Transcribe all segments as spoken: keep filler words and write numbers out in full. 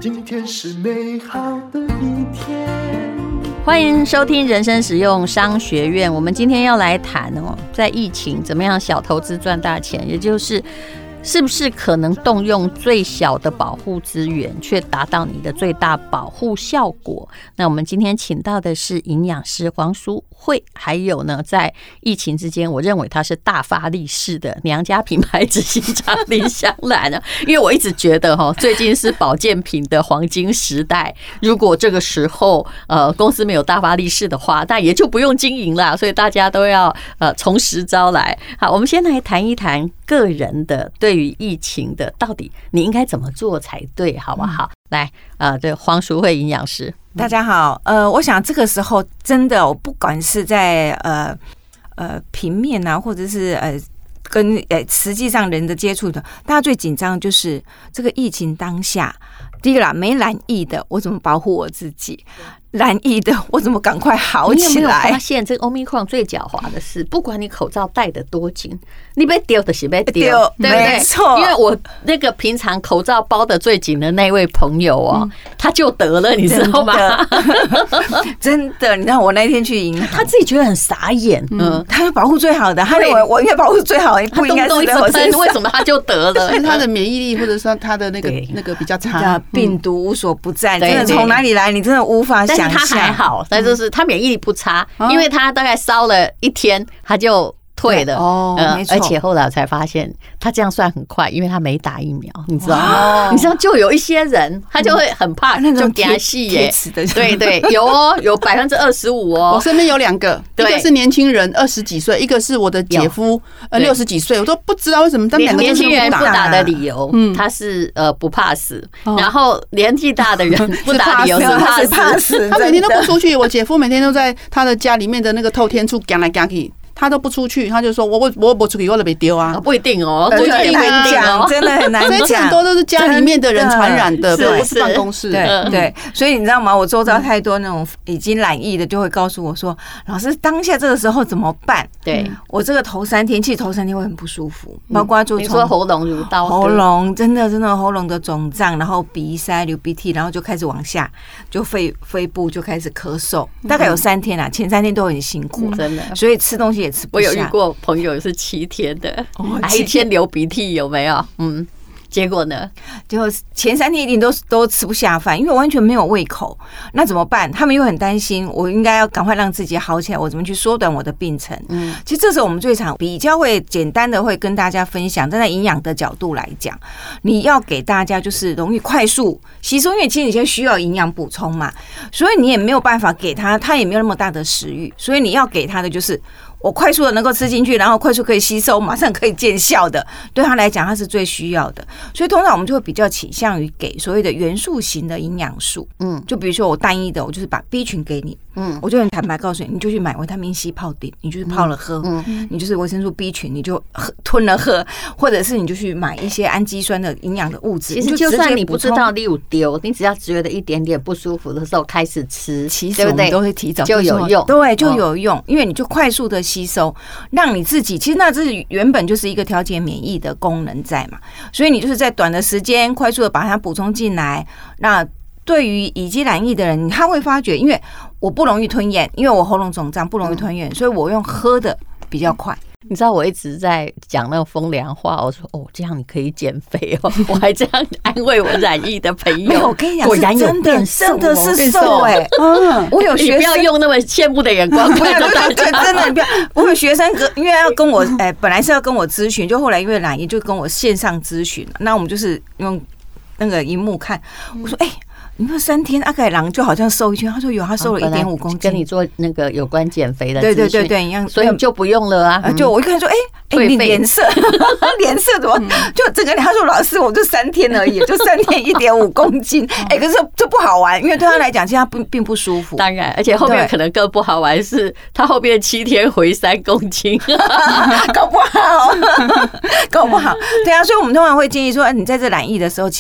今天是美好的一天。 欢迎收听人生实用商学院。我们今天要来谈哦，在疫情怎么样小投资赚大钱，也就是是不是可能动用最小的保护资源，却达到你的最大保护效果？那我们今天请到的是营养师黄淑慧，还有呢，在疫情之间，我认为她是大发利市的娘家品牌执行长林香兰呢。因为我一直觉得哈，最近是保健品的黄金时代，如果这个时候呃公司没有大发利市的话，那也就不用经营了，所以大家都要呃从实招来。好，我们先来谈一谈个人的对于疫情的，到底你应该怎么做才对，好不好？嗯、来，呃，对，黄淑慧营养师， 大家好。呃，我想这个时候真的，我不管是在呃呃平面啊，或者是呃跟呃实际上人的接触的，大家最紧张就是这个疫情当下。第一个啦，没染疫的，我怎么保护我自己？染疫的，我怎么赶快好起来？ 你有没有发现这个 Omicron 最狡猾的是，不管你口罩戴得多紧，你被丢的是被丢，对不对？ 没错。 因为我那个平常口罩包得最紧的那位朋友哦，嗯、他就得了，你知道吗？ 真的，你知道我那天去银行， 他自己觉得很傻眼，嗯， 他是保护最好的，他认为我应该保护最好，不应该是在我身上， 为什么他就得了？ 因为他的免疫力或者说他的那个那个比较差， 病毒无所不在，真的从哪里来，你真的无法想象。 他还好，但就是他免疫力不差，因为他大概烧了一天，他就退了哦，呃，而且后来我才发现，他这样算很快，因为他没打疫苗，你知道吗？你知道，就有一些人他就会很怕，那种贴戏耶，对对，有哦，有百分之二十五哦。 我身边有两个，一个是年轻人，二十几岁，一个是我的姐夫，呃，六十几岁，我都不知道为什么他们两个年轻人不打的理由，他是呃不怕死，然后年纪大的人不打理由是怕死， 他每天都不出去。我姐夫每天都在他的家里面的那个透天处赶来赶去。他都不出去，他就说我我我不出去，我都被丢啊！ 不一定哦，不一定哦，真的很难讲。 所以很多都是家里面的人传染的，不是办公室。 对对，所以你知道吗？我周遭太多那种已经染疫的，就会告诉我说：“老师，当下这个时候怎么办？” 对我这个头三天，其实头三天会很不舒服，包括就你说喉咙如刀割， 喉咙真的真的喉咙的肿胀，然后鼻塞、流鼻涕，然后就开始往下，就肺肺部就开始咳嗽，大概有三天啊，前三天都很辛苦， 真的， 所以吃东西也吃不下。 我有遇过朋友是七天的，还一天流鼻涕，有没有？嗯，结果呢？ 就前三天一定都都吃不下饭，因为我完全没有胃口。那怎么办？他们又很担心，我应该要赶快让自己好起来，我怎么去缩短我的病程？嗯，其实这时候我们最常比较会简单的会跟大家分享，站在营养的角度来讲，你要给大家就是容易快速吸收，因为其实你现在需要营养补充嘛，所以你也没有办法给他，他也没有那么大的食欲，所以你要给他的就是我快速的能够吃进去，然后快速可以吸收，马上可以见效的，对他来讲他是最需要的。所以通常我们就会比较倾向于给所谓的元素型的营养素。嗯，就比如说我单一的，我就是把 B 群给你，嗯，我就很坦白告诉你，你就去买维他命 C 泡锭，你就是泡了喝，嗯，你就是维生素 B 群，你就吞了喝，或者是你就去买一些氨基酸的营养的物质。 其实就算你不知道你有丢，你只要觉得一点点不舒服的时候开始吃， 其实我们都会提早就有用， 对，就有用，因为你就快速的吸收，让你自己其实那这原本就是一个调节免疫的功能在嘛，所以你就是在短的时间快速的把它补充进来。那对于已经染疫的人，他会发觉，因为我不容易吞咽，因为我喉咙肿胀不容易吞咽，所以我用喝的比较快。 你知道我一直在讲那个风凉话，我说哦，这样你可以减肥哦，我还这样安慰我染疫的朋友。 我跟你讲， 果然有变瘦，真的是瘦哎！嗯，我有学生， 你不要用那么羡慕的眼光看着大家。 真的，你不要。我有学生因为要跟我哎，本来是要跟我咨询，就后来因为染疫就跟我线上咨询，那我们就是用那个荧幕看。我说哎。你说三天阿凯郎就好像瘦一圈，他说有，他瘦了一点五公斤， 跟你做那个有关减肥的， 对对对对一样， 所以就不用了啊。 就我一看说，哎哎，你脸色脸色怎么就整个？他说老师，我就三天而已，就三天一点五公斤，哎，可是这不好玩，因为对他来讲，其实他并并不舒服。 当然，而且后面可能更不好玩是，他后面七天回三公斤， 搞不好，搞不好。对啊，所以我们通常会建议说，你在这染疫的时候，其实。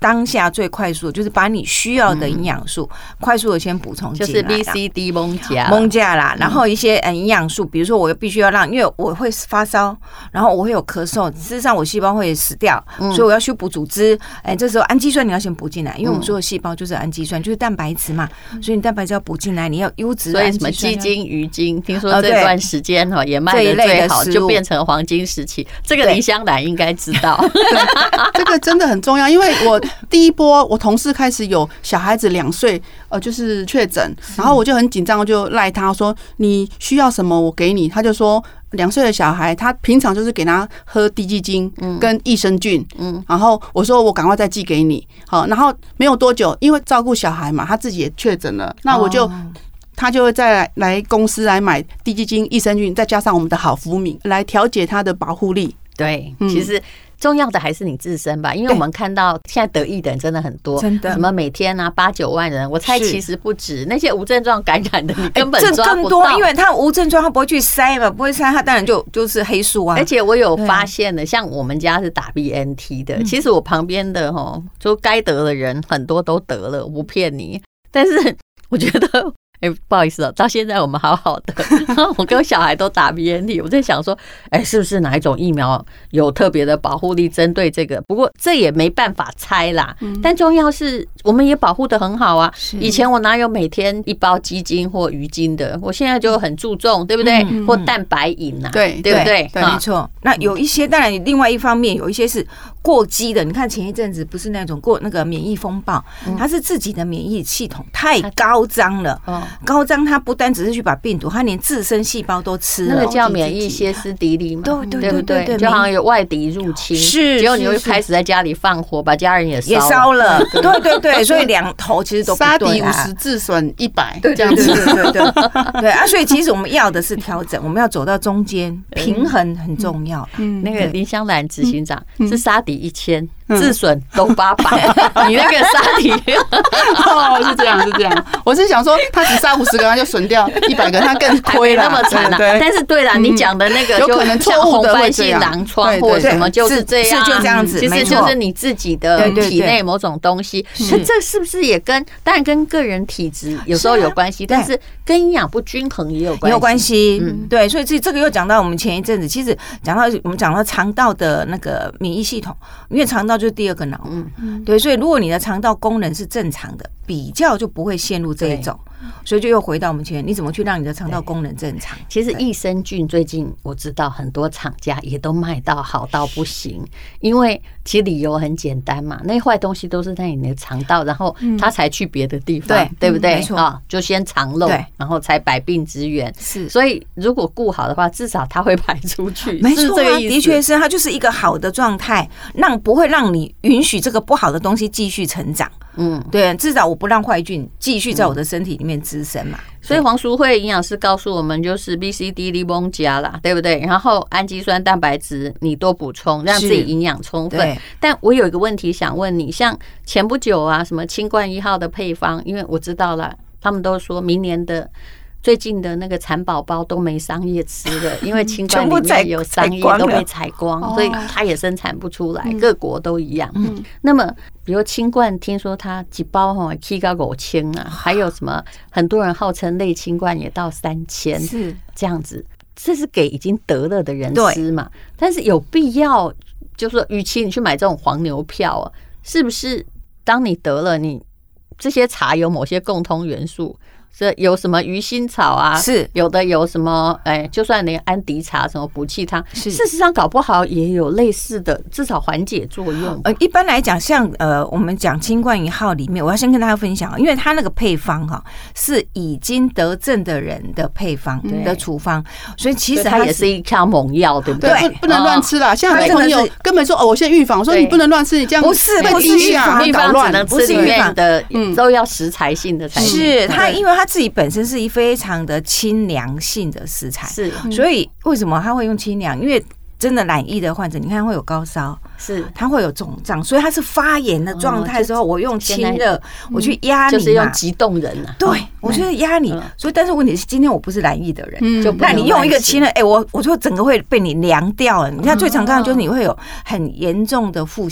当下最快速，就是把你需要的营养素快速的先补充进来， 就是 B C D 蒙加蒙加啦，然后一些呃营养素，比如说我必须要让，因为我会发烧，然后我会有咳嗽，事实上我细胞会死掉，所以我要修补组织。哎，这时候氨基酸你要先补进来，因为我们所有细胞就是氨基酸，就是蛋白质嘛，所以你蛋白质要补进来，你要优质的氨基酸。 所以什么鸡精、鱼精，听说这段时间哈也卖的最好，就变成黄金时期。这个林香兰应该知道， 这个真的很重要，因为我第一波我同事开始有小孩子两岁，呃，就是确诊，然后我就很紧张，我就赖他说你需要什么我给你，他就说两岁的小孩他平常就是给他喝滴鸡精跟益生菌，嗯，然后我说我赶快再寄给你，好，然后没有多久，因为照顾小孩嘛，他自己也确诊了，那我就。他就会再来公司来买滴鸡精、益生菌，再加上我们的好福敏来调节它的保护力。 对，其实重要的还是你自身吧，因为我们看到现在得疫的人真的很多， 真的， 什么每天啊八九万人，我猜其实不止，那些无症状感染的你根本抓不到， 更多，因为他无症状，他不会去筛嘛，不会筛，他当然就就是黑数啊。 而且我有发现的，像我们家是打 B N T 的，其实我旁边的哈，就该得的人很多都得了，我不骗你，但是我觉得。哎、欸，不好意思哦，到现在我们好好的，我跟小孩都打 B N T， 我在想说，哎、欸，是不是哪一种疫苗有特别的保护力针对这个？不过这也没办法猜啦。但重要是我们也保护得很好啊。以前我哪有每天一包鸡精或鱼精的？我现在就很注重，对不对？或蛋白饮呐，对对不对？ 对，没错。那有一些，当然，另外一方面有一些是过激的。你看前一阵子不是那种过那个免疫风暴，它是自己的免疫系统太高涨了。高涨，它不单只是去把病毒，它连自身细胞都吃了。 那个叫免疫歇斯底里嘛， 对对对对对， 就好像有外敌入侵， 是， 结果你会开始在家里放火，把家人也也烧了。对对对，所以两头其实都不对， 杀敌五十，自损一百， 这样子。对对对对啊，所以其实我们要的是调整，我们要走到中间，平衡很重要。 嗯，那个林香兰执行长是杀敌一千。自损都八百，你那个杀敌哦，是这样，是这样。我是想说，他只杀五十个，他就损掉一百个，他更亏了， 那么惨啊！但是对了，你讲的那个有可能错误的红斑性狼疮或什么就是这样， 是就这样子， 其实就是你自己的体内某种东西。那这是不是也跟当然跟个人体质有时候有关系，但是跟营养不均衡也有关系。 有关系，嗯，对，所以这这个又讲到我们前一阵子，其实讲到我们讲到肠道的那个免疫系统，因为肠道就是第二个脑，嗯，对，所以如果你的肠道功能是正常的，比较就不会陷入这一种，所以就又回到我们前面，你怎么去让你的肠道功能正常？ 其实益生菌最近我知道很多厂家也都卖到好到不行，因为其实理由很简单嘛，那坏东西都是在你的肠道，然后它才去别的地方，对对不对？ 没错啊，就先肠漏，然后才百病之源。 是， 所以如果顾好的话，至少它会排出去。 没错啊，的确是，它就是一个好的状态，让不会让你允许这个不好的东西继续成长。嗯，对，至少我不让坏菌继续在我的身体里面滋生嘛。 所以黄淑慧营养师告诉我们，就是 B C D 利翁加啦，对不对？然后氨基酸、蛋白质你多补充，让自己营养充分。但我有一个问题想问你，像前不久啊，什么清冠一号的配方，因为我知道了，他们都说明年的。最近的那个蚕宝宝都没商业吃了，因为清冠里面有商业都被采光，所以它也生产不出来。各国都一样。那么，比如清冠，听说它几包哈七到五千啊，还有什么很多人号称类清冠也到三千，是这样子。这是给已经得了的人吃嘛？但是有必要，就是说，与其你去买这种黄牛票啊，是不是？当你得了，你这些茶有某些共通元素。这有什么鱼腥草啊？是有的，有什么？哎，就算连安迪茶什么补气汤，事实上搞不好也有类似的，至少缓解作用。 呃，一般来讲，像呃，我们讲清冠一号里面，我要先跟大家分享，因为它那个配方哈是已经得症的人的配方的处方，所以其实它也是一条猛药，对不对？ 对，不能乱吃啦。像很多朋友根本说哦，我现在预防，我说你不能乱吃，你这样不是不是预防， 预防只能吃里面的，都要食材性的才是它，因为它。自己本身是一非常的清凉性的食材，是，所以为什么他会用清凉？因为真的染疫的患者，你看会有高烧，是，他会有肿胀，所以他是发炎的状态的时候，我用清热，我去压你， 就是用激动人啊。 对，我觉得压你，所以但是问题是，今天我不是染疫的人，就那你用一个清热，哎，我我就整个会被你凉掉了。你看最常看到就是你会有很严重的腹泻。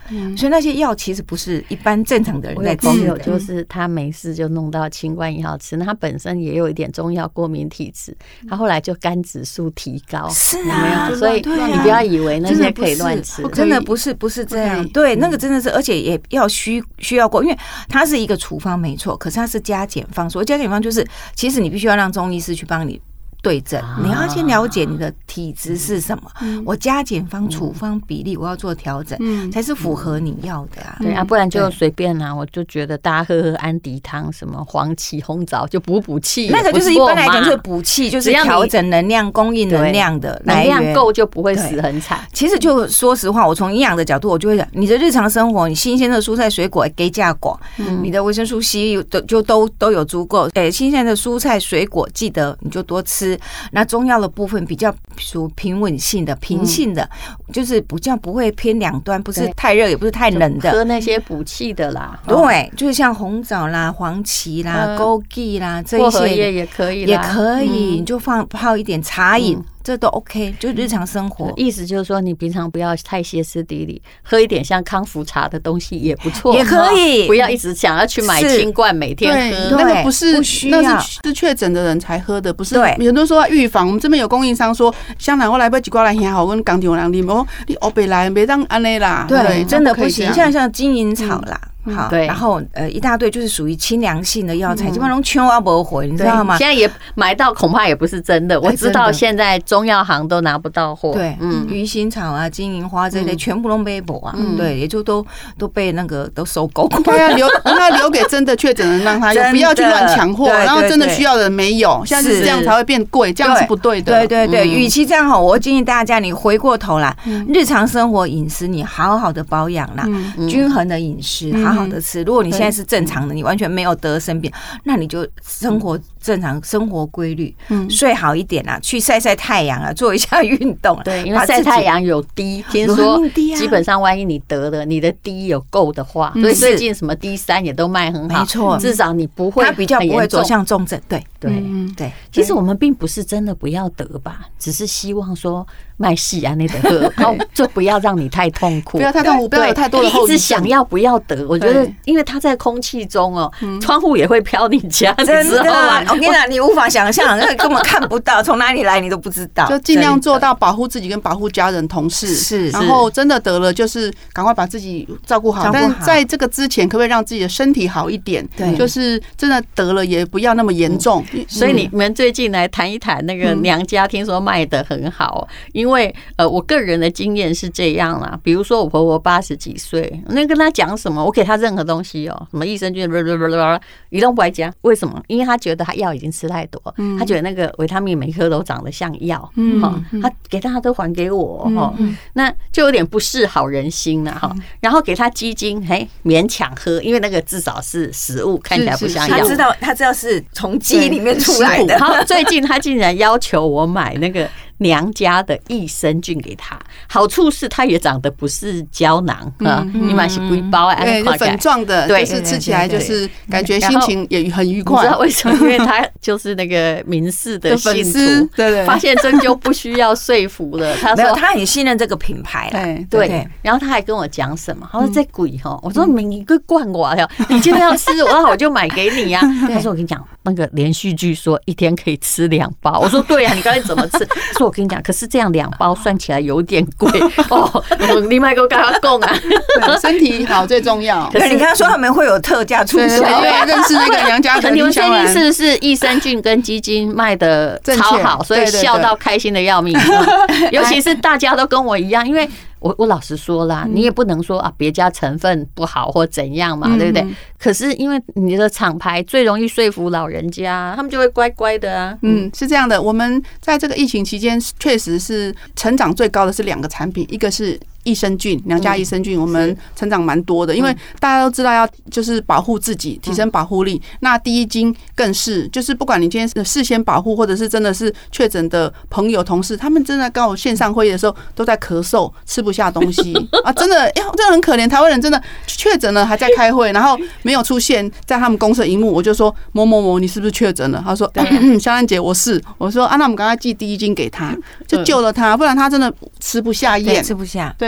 所以那些药其实不是一般正常的人在吃朋友的。 就是他没事就弄到清冠一号吃，那他本身也有一点中药过敏体质，他后来就肝指数提高， 是有没啊， 有？所以对啊你不要以为那些可以真的不是乱吃， 真的不是不是这样不可以。 对，那个真的是，而且也要需需要过，因为它是一个处方没错，可是它是加减方。所谓加减方就是，其实你必须要让中医师去帮你对症，你要先了解你的体质是什么，我加减方、处方比例我要做调整，才是符合你要的啊。 对啊，不然就随便啦。我就觉得大家喝喝安迪汤，什么黄芪、红枣就补补气， 那个就是一般来讲就是补气，就是调整能量、供应能量的来源， 能量够就不会死很惨。 其实就说实话，我从营养的角度，我就会讲，你的日常生活，你新鲜的蔬菜水果给价广，你的维生素 C 都就都都有足够。诶，新鲜的蔬菜水果记得你就多吃。那中药的部分比较属平稳性的、平性的，就是比较不会偏两端，不是太热也不是太冷的， 喝那些补气的啦。 对，就是像红枣啦、黄芪啦、枸杞啦这一些， 薄荷叶也可以， 也可以，你就放泡一点茶饮。这都 OK， 就日常生活。 意思就是说，你平常不要太歇斯底里，喝一点像康复茶的东西也不错， 也可以。 不要一直想要去买清冠，每天喝。 那个不是， 不需那要是是确诊的人才喝的，不是。 对， 很多人说要预防，我们这边有供应商说，香兰我来买几罐来很好，我跟钢铁我两粒，我你欧北来别当安内啦。 对，真的不行。像像金银草啦。好， 对， 然后呃一大堆就是属于清凉性的药材，基本上秋啊不回，你知道吗？ 现在也买到，恐怕也不是真的。我知道现在中药行都拿不到货。 对，嗯，鱼腥草啊、金银花这类全部都被捕啊，对，也就都都被那个都收购。 对啊，留那留给真的确诊人让他用，不要去乱抢货，然后真的需要的人没有，现在是这样才会变贵，这样是不对的。 对对对，与其这样哈，我建议大家你回过头来，日常生活饮食你好好的保养啦，均衡的饮食，好好的吃。如果你现在是正常的，你完全没有得生病，那你就生活正常，生活规律，睡好一点啊，去晒晒太阳啊，做一下运动。 对，因为晒太阳有D，听说基本上万一你得了，你的 D 有够的话，所以最近什么 D 三也都卖很好， 没错， 至少你不会， 它比较不会走向重症。对对对，其实我们并不是真的不要得吧，只是希望说卖细啊那的喝，然后就不要让你太痛苦， 不要太痛苦，不要有太多的后遗症。 一直想要不要得，我觉得因为它在空气中哦，窗户也会飘你家，你知道吗？ 我跟你讲，你无法想象，那根本看不到，从哪里来你都不知道。 就尽量做到保护自己跟保护家人、同事。 是， 然后真的得了，就是赶快把自己照顾好。但在这个之前，可不可以让自己的身体好一点？对，就是真的得了也不要那么严重。 所以你们最近来谈一谈那个娘家，听说卖得很好，因为呃，我个人的经验是这样啦。比如说我婆婆八十几岁，那跟她讲什么，我给她任何东西哦，什么益生菌，一都不爱加。为什么？因为她觉得她药已经吃太多，她觉得那个维他命每颗都长得像药，嗯，她给她都还给我哈，那就有点不识好人心了哈。然后给她鸡精，嘿，勉强喝，因为那个至少是食物，看起来不像药。 她知道，她知道是从鸡里面出来的。 然后最近她竟然要求我买那个娘家的益生菌给他，好处是它也长得不是胶囊啊，你买是龟包啊， 对，粉状的，对，就是吃起来就是感觉心情也很愉快。 你知道为什么？因为他就是那个民视的信徒， 对对， 发现终究不需要说服了。他说他很信任这个品牌， 对对。然后他还跟我讲什么？他说这贵哈，我说你个灌我呀，你今天要吃，我我就买给你呀。他说我跟你讲，那个连续剧说一天可以吃两包。我说对呀，你刚才怎么吃？说我跟你讲，可是这样两包算起来有点贵哦。你买给我跟他讲啊， 身体好最重要。 可是你刚刚说他们会有特价促销， 对，认识那个娘家的。 你们最近是不是益生菌跟鸡精卖的超好，所以笑到开心的要命？尤其是大家都跟我一样，因为。我我老实说啦，你也不能说啊，别家成分不好或怎样嘛，对不对？可是因为你的厂牌最容易说服老人家，他们就会乖乖的啊。 嗯，是这样的。我们在这个疫情期间，确实是成长最高的是两个产品，一个是益生菌，娘家益生菌，我们成长蛮多的，因为大家都知道要就是保护自己，提升保护力。那第一金更是，就是不管你今天事先保护，或者是真的是确诊的朋友、同事，他们真的跟我线上会议的时候都在咳嗽，吃不下东西啊，真的，哎，真的很可怜。台湾人真的确诊了还在开会，然后没有出现在他们公司的荧幕，我就说某某某，你是不是确诊了？他说，香兰姐，我是。我说啊，那我们刚刚寄第一金给他，就救了他，不然他真的吃不下咽， 吃不下。 对。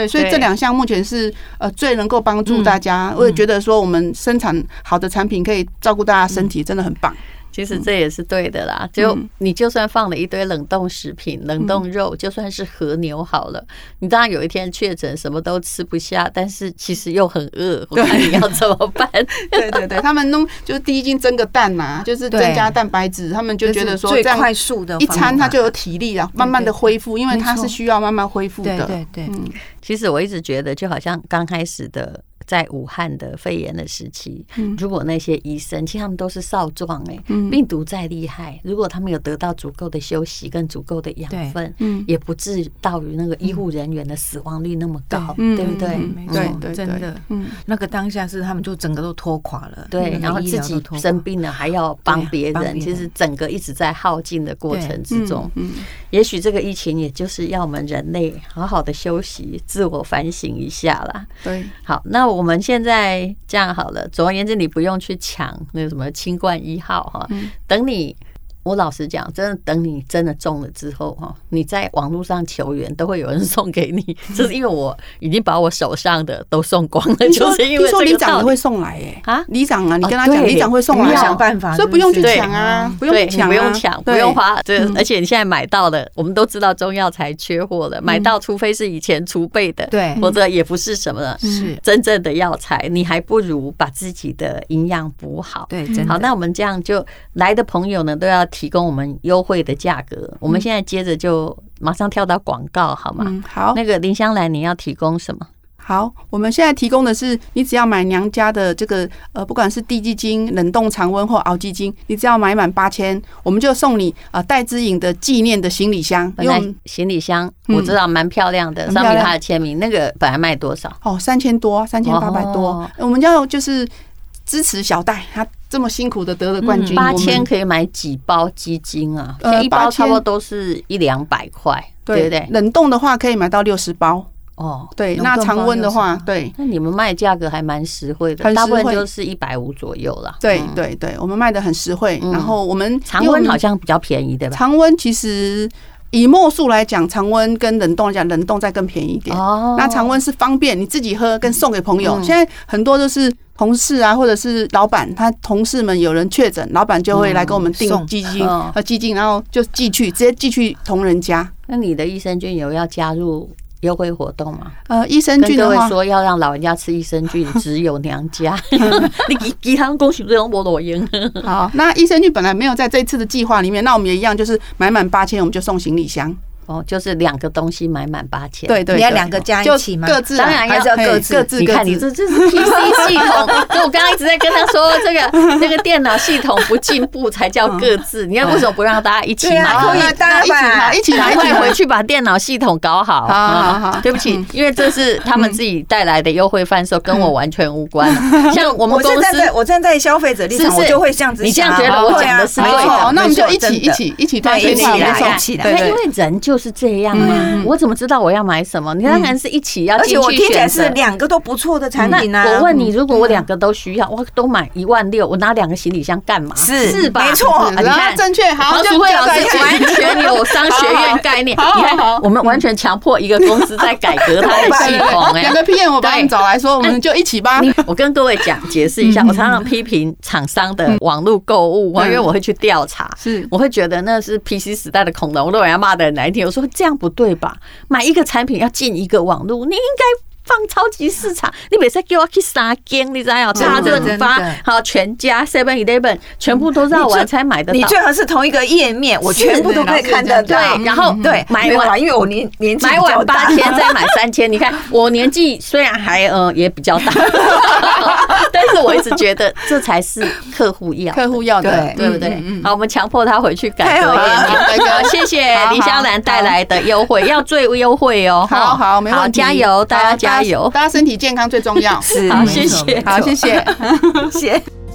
对，所以这两项目前是呃最能够帮助大家。我也觉得说我们生产好的产品可以照顾大家身体，真的很棒。 其实这也是对的啦，就你就算放了一堆冷冻食品、冷冻肉，就算是和牛好了，你当然有一天确诊什么都吃不下，但是其实又很饿，我看你要怎么办？ 对对对，他们弄就是第一斤蒸个蛋呐，就是增加蛋白质，他们就觉得说这样快速的一餐他就有体力了，慢慢的恢复，因为它是需要慢慢恢复的。 对对对， 其实我一直觉得，就好像刚开始的。在武汉的肺炎的时期，如果那些医生，其实他们都是少壮哎，病毒再厉害，如果他们有得到足够的休息跟足够的养分，也不至到于那个医护人员的死亡率那么高，对不对？ 对对，真的，那个当下是他们就整个都拖垮了， 对，然后自己生病了还要帮别人，其实整个一直在耗尽的过程之中，也许这个疫情也就是要我们人类好好的休息、自我反省一下啦。 对， 好，那我。我们现在这样好了，总而言之，你不用去抢那个什么清冠一号哈。等你，我老实讲，真的等你真的中了之后哈，你在网络上求援都会有人送给你，这是因为我已经把我手上的都送光了，就是因为听说里长也会送来哎啊，里长啊，你跟他讲，里长会送来， 想办法， 所以不用去抢啊，不用抢， 不用抢，不用花。这而且你现在买到的，我们都知道中药材缺货了，买到除非是以前储备的， 对， 否则也不是什么是真正的药材，你还不如把自己的营养补好。 对， 好，那我们这样就来的朋友呢，都要提供我们优惠的价格。我们现在接着就马上跳到广告，好吗？ 嗯，好。 那个林香兰，你要提供什么？ 好，我们现在提供的是，你只要买娘家的这个呃，不管是地基精、冷冻常温或熬鸡精，你只要买满八千，我们就送你呃戴之颖的纪念的行李箱。 本来行李箱我知道蛮漂亮的，上面有他的签名，那个本来卖多少？ 哦，三千多，三千八百多。我们要就是支持小戴，他这么辛苦的得了冠军。 八千可以买几包鸡精啊？呃，一包差不多都是一两百块，对不对？ 冷冻的话可以买到六十包。 哦， 对，那常温的话，对， 那你们卖价格还蛮实惠的，大部分就是一百五左右啦。 对对对，我们卖的很实惠。然后我们常温好像比较便宜，对吧？ 常温其实以末数来讲，常温跟冷冻来讲，冷冻再更便宜一点。哦，那常温是方便你自己喝跟送给朋友。现在很多都是同事啊，或者是老板，他同事们有人确诊，老板就会来跟我们订鸡精和鸡精，然后就寄去，直接寄去同仁家。 那你的益生菌有要加入优惠活动吗？ 呃，益生菌的话， 跟各位说要让老人家吃益生菌，只有娘家。你给给他们恭喜这种菠萝烟。 好，那益生菌本来没有在这一次的计划里面，那我们也一样，就是买满八千，我们就送行李箱。 哦，就是两个东西买满八千， 对对， 你要两个加一起吗？ 各自， 当然还是要各自各自。 你看，你这这是 P C 系统，所以我刚刚一直在跟他说，这个这个电脑系统不进步才叫各自。你看为什么不让大家一起买？ 可以，大家一起买， 赶快回去把电脑系统搞好。 好好好， 对不起，因为这是他们自己带来的优惠贩售，跟我完全无关。像我们公司， 我站在消费者立场，我就会这样子想。 你这样觉得我讲的是对的？ 那我们就一起一起一起对，一起来，一起来。 因为人就是这样啊。我怎么知道我要买什么？你当然是一起要进去选择。 而且我听起来是两个都不错的产品啊！ 我问你，如果我两个都需要，我都买一万六，我拿两个行李箱干嘛？ 是是吧？ 没错， 你看正确。好， 就会老师完全有商学院概念。你看，我们完全强迫一个公司在改革它的系统。 两个 P M 我把他们找来说，我们就一起吧。 我跟各位讲解释一下，我常常批评厂商的网络购物，因为我会去调查， 是我会觉得那是 P C 时代的恐龙，我都人家骂的很难听。我说这样不对吧？买一个产品要进一个网络，你应该放超级市场，你每次给我去三间，你知道？大润发、好全家、Seven Eleven 全部都绕完才买得到。 你最好是同一个页面，我全部都可以看得到。 对，然后对买完， 因为我年年纪买完八千再买三千，你看我年纪虽然还呃也比较大，但是我一直觉得这才是客户要客户要的， 对不对？好，我们强迫他回去改革页面。好，谢谢林香兰带来的优惠，要最优惠哦。 好好，没问题， 加油，大家加油。 大家身体健康最重要。 是，好，谢谢， 好，谢谢， 谢谢。